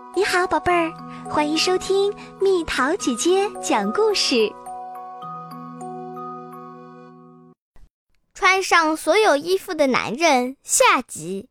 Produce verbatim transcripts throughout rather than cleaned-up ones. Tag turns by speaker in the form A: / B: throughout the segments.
A: 你好，宝贝儿，欢迎收听蜜桃姐姐讲故事。
B: 穿上所有衣服的男人下集。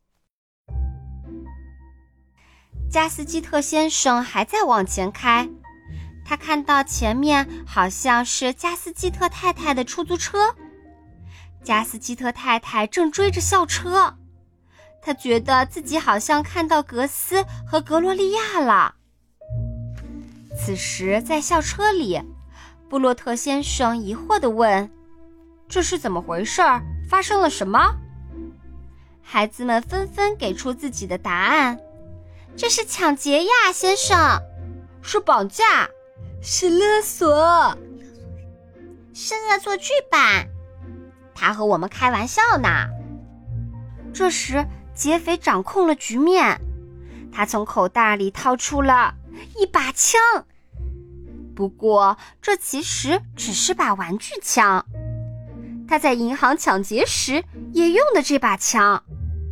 C: 加斯基特先生还在往前开，他看到前面好像是加斯基特太太的出租车。加斯基特太太正追着校车，他觉得自己好像看到格斯和格罗利亚了。此时在校车里，布洛特先生疑惑地问，这是怎么回事？发生了什么？孩子们纷纷给出自己的答案。这是抢劫呀，先生。是绑架。是勒索。是恶作剧吧？他和我们开玩笑呢。这时劫匪掌控了局面，他从口袋里掏出了一把枪。不过这其实只是把玩具枪，他在银行抢劫时也用的这把枪。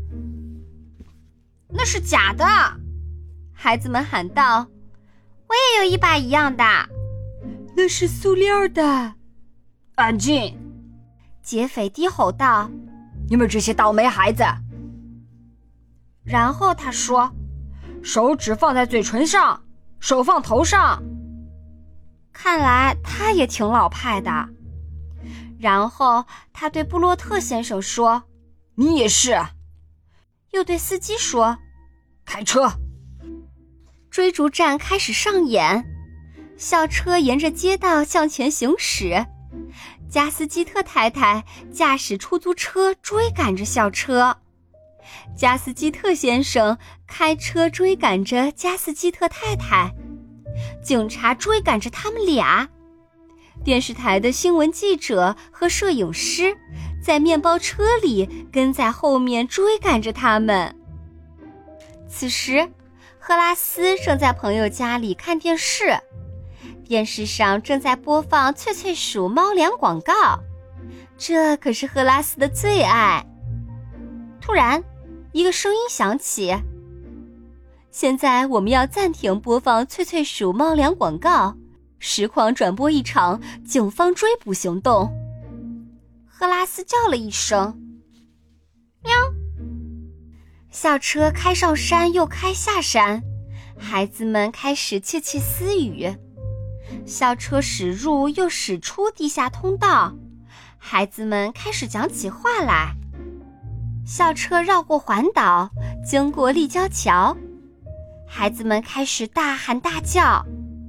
C: 那是假的，孩子们喊道。我也有一把一样的。那是塑料的。安静！劫匪低吼道，你们这些倒霉孩子。然后他说，手指放在嘴唇上，手放头上。看来他也挺老派的。然后他对布洛特先生说，你也是。又对司机说，开车。追逐战开始上演，校车沿着街道向前行驶，加斯基特太太驾驶出租车追赶着校车，加斯基特先生开车追赶着加斯基特太太，警察追赶着他们俩，电视台的新闻记者和摄影师在面包车里跟在后面追赶着他们。此时赫拉斯正在朋友家里看电视，电视上正在播放脆脆鼠猫粮广告，这可是赫拉斯的最爱。突然一个声音响起，现在我们要暂停播放脆脆鼠猫粮广告，实况转播一场警方追捕行动。赫拉斯叫了一声，喵。校车开上山又开下山，孩子们开始窃窃私语。校车驶入又驶出地下通道，孩子们开始讲起话来。校车绕过环岛，经过立交桥，孩子们开始大喊大叫，啊！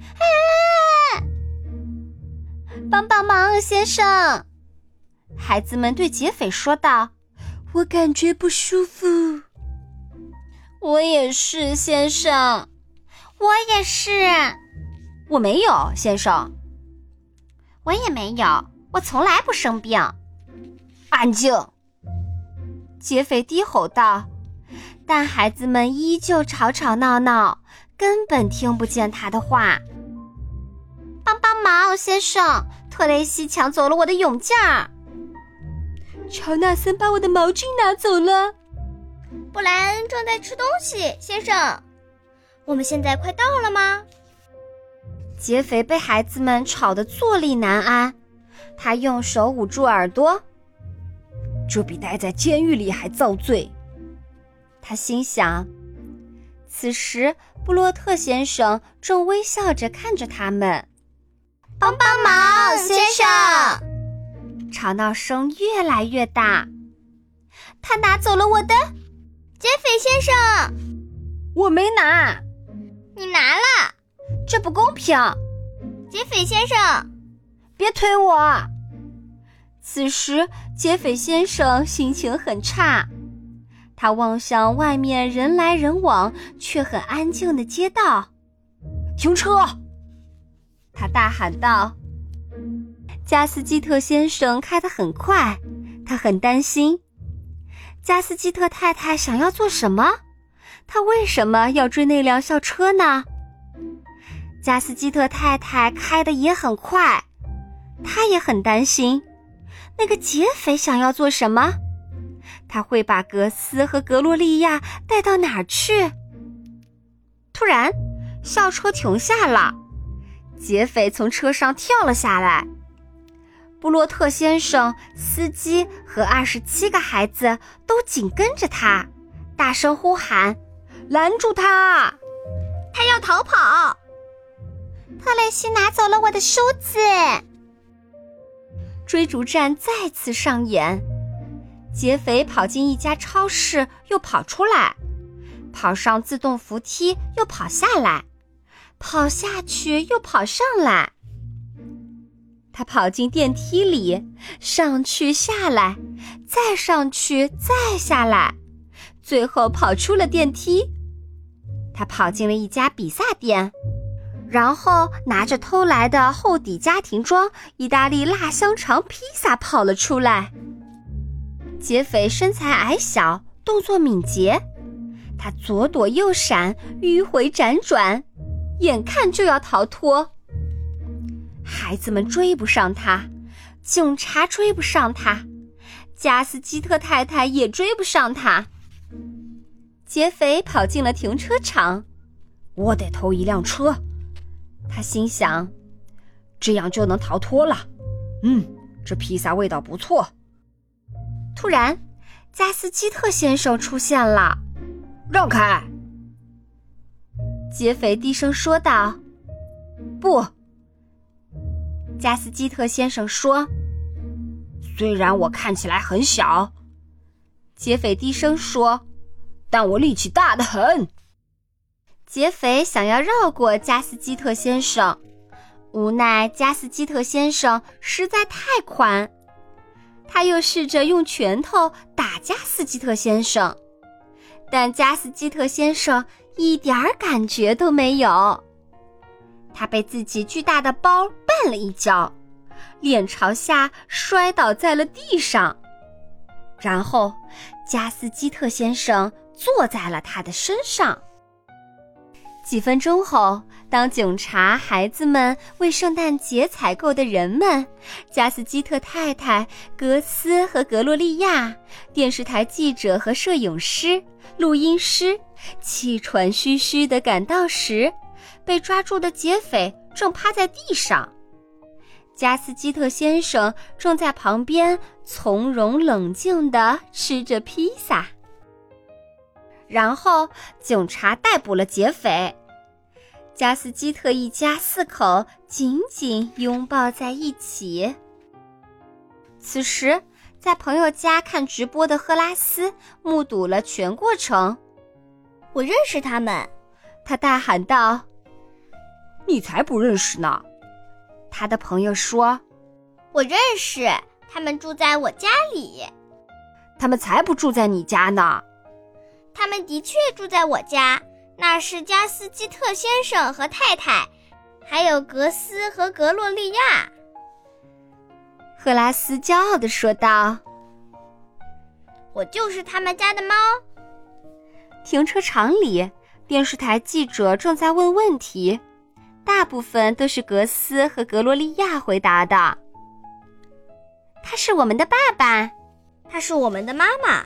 C: 帮帮忙，先生！孩子们对劫匪说道，我感觉不舒服。我也是，先生。我也是。我没有，先生。我也没有，我从来不生病。安静！劫匪低吼道，但孩子们依旧吵吵闹闹，根本听不见他的话。帮帮忙，先生！特雷西抢走了我的泳镜。乔纳森把我的毛巾拿走了。
B: 布莱恩正在吃东西，先生。我们现在快到了吗？
C: 劫匪被孩子们吵得坐立难安，他用手捂住耳朵，这比待在监狱里还遭罪。他心想。此时布洛特先生正微笑着看着他们。
B: 帮帮忙，先生！
C: 吵闹声越来越大。他拿走了我的
B: 劫匪先生！
C: 我没拿。
B: 你拿了。
C: 这不公平。
B: 劫匪先生！
C: 别推我。此时劫匪先生心情很差，他望向外面人来人往却很安静的街道。停车！他大喊道。加斯基特先生开得很快，他很担心。加斯基特太太想要做什么？她为什么要追那辆校车呢？加斯基特太太开得也很快，她也很担心。那个劫匪想要做什么？他会把格斯和格洛利亚带到哪儿去？突然校车停下了，劫匪从车上跳了下来。布洛特先生、司机和二十七个孩子都紧跟着他，大声呼喊：拦住他！
B: 他要逃跑！
A: 特蕾西拿走了我的梳子！
C: 追逐战再次上演，劫匪跑进一家超市，又跑出来，跑上自动扶梯，又跑下来，跑下去，又跑上来。他跑进电梯里，上去下来，再上去，再下来，最后跑出了电梯。他跑进了一家比萨店，然后拿着偷来的厚底家庭装意大利辣香肠披萨跑了出来。劫匪身材矮小，动作敏捷，他左躲右闪，迂回辗转，眼看就要逃脱。孩子们追不上他，警察追不上他，加斯基特太太也追不上他。劫匪跑进了停车场，我得偷一辆车，他心想，这样就能逃脱了。嗯，这披萨味道不错。突然，加斯基特先生出现了。让开！劫匪低声说道。不。加斯基特先生说，虽然我看起来很小，劫匪低声说，但我力气大得很。劫匪想要绕过加斯基特先生，无奈加斯基特先生实在太宽，他又试着用拳头打加斯基特先生，但加斯基特先生一点儿感觉都没有。他被自己巨大的包绊了一跤，脸朝下摔倒在了地上，然后加斯基特先生坐在了他的身上。几分钟后，当警察、孩子们为圣诞节采购的人们、加斯基特太太、格斯和格洛利亚、电视台记者和摄影师、录音师气喘吁吁地赶到时，被抓住的劫匪正趴在地上，加斯基特先生正在旁边从容冷静地吃着披萨。然后警察逮捕了劫匪，加斯基特一家四口紧紧拥抱在一起。此时，在朋友家看直播的赫拉斯目睹了全过程。
B: 我认识他们，
C: 他大喊道。你才不认识呢，他的朋友说。
B: 我认识，他们住在我家里。
C: 他们才不住在你家呢。
B: 他们的确住在我家，那是加斯基特先生和太太，还有格斯和格洛利亚。
C: 赫拉斯骄傲地说道。
B: 我就是他们家的猫。
C: 停车场里，电视台记者正在问问题，大部分都是格斯和格洛利亚回答的。他是我们的爸爸，
B: 他是我们的妈妈。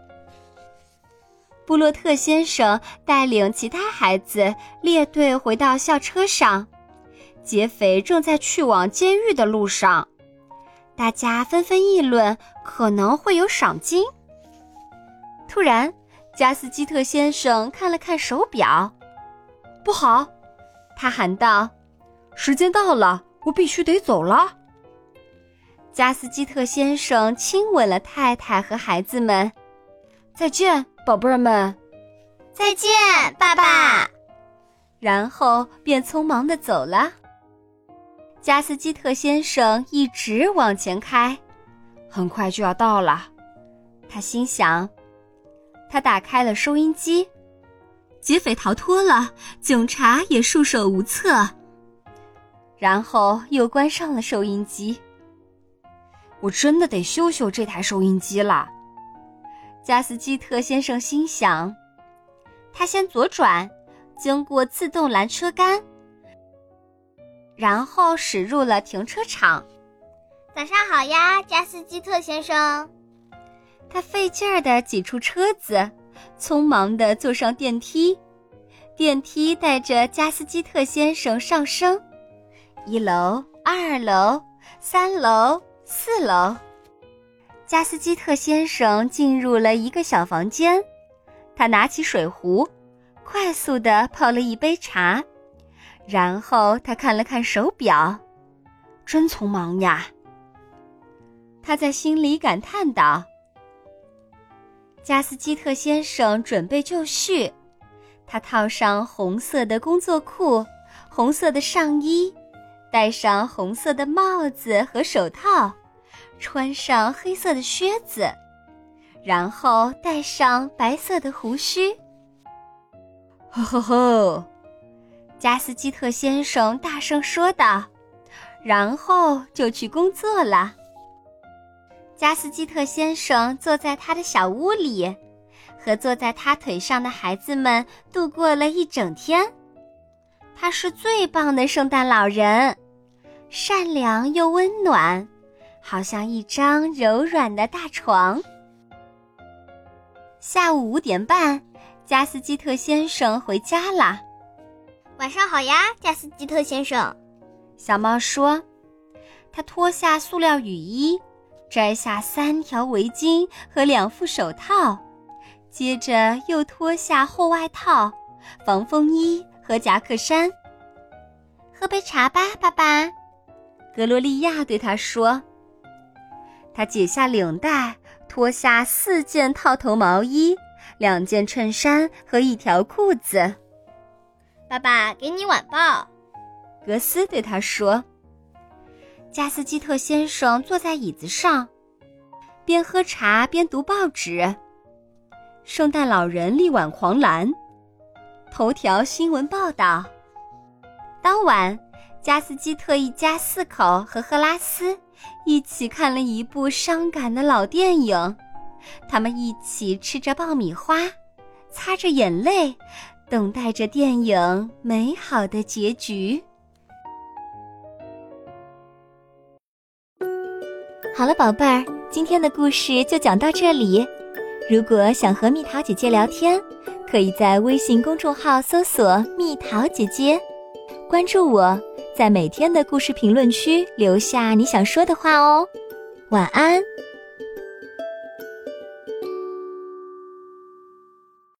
C: 布洛特先生带领其他孩子列队回到校车上，劫匪正在去往监狱的路上，大家纷纷议论可能会有赏金。突然，加斯基特先生看了看手表，不好，他喊道，时间到了，我必须得走了。加斯基特先生亲吻了太太和孩子们，再见，宝贝儿们。
B: 再见，爸爸。
C: 然后便匆忙地走了。加斯基特先生一直往前开，很快就要到了，他心想。他打开了收音机，劫匪逃脱了，警察也束手无策。然后又关上了收音机。我真的得修修这台收音机了，加斯基特先生心想。他先左转，经过自动拦车杆，然后驶入了停车场。
B: 早上好呀，加斯基特先生。
C: 他费劲儿地挤出车子，匆忙地坐上电梯， 电梯带着加斯基特先生上升，一楼、二楼、三楼、四楼。加斯基特先生进入了一个小房间，他拿起水壶，快速地泡了一杯茶，然后他看了看手表，真匆忙呀。他在心里感叹道。加斯基特先生准备就绪，他套上红色的工作裤，红色的上衣，戴上红色的帽子和手套，穿上黑色的靴子，然后戴上白色的胡须。吼吼吼！加斯基特先生大声说道，然后就去工作了。加斯基特先生坐在他的小屋里，和坐在他腿上的孩子们度过了一整天。他是最棒的圣诞老人，善良又温暖，好像一张柔软的大床。下午五点半，加斯基特先生回家了。
B: 晚上好呀，加斯基特先生。
C: 小猫说。他脱下塑料雨衣，摘下三条围巾和两副手套，接着又脱下厚外套、防风衣和夹克衫。喝杯茶吧，爸爸，格罗利亚对他说。他解下领带，脱下四件套头毛衣、两件衬衫和一条裤子。
B: 爸爸，给你晚报，
C: 格斯对他说。加斯基特先生坐在椅子上，边喝茶边读报纸。圣诞老人力挽狂澜。头条新闻报道。当晚，加斯基特一家四口和赫拉斯一起看了一部伤感的老电影，他们一起吃着爆米花，擦着眼泪，等待着电影美好的结局。
A: 好了，宝贝儿，今天的故事就讲到这里。如果想和蜜桃姐姐聊天，可以在微信公众号搜索蜜桃姐姐，关注我，在每天的故事评论区留下你想说的话哦。晚安。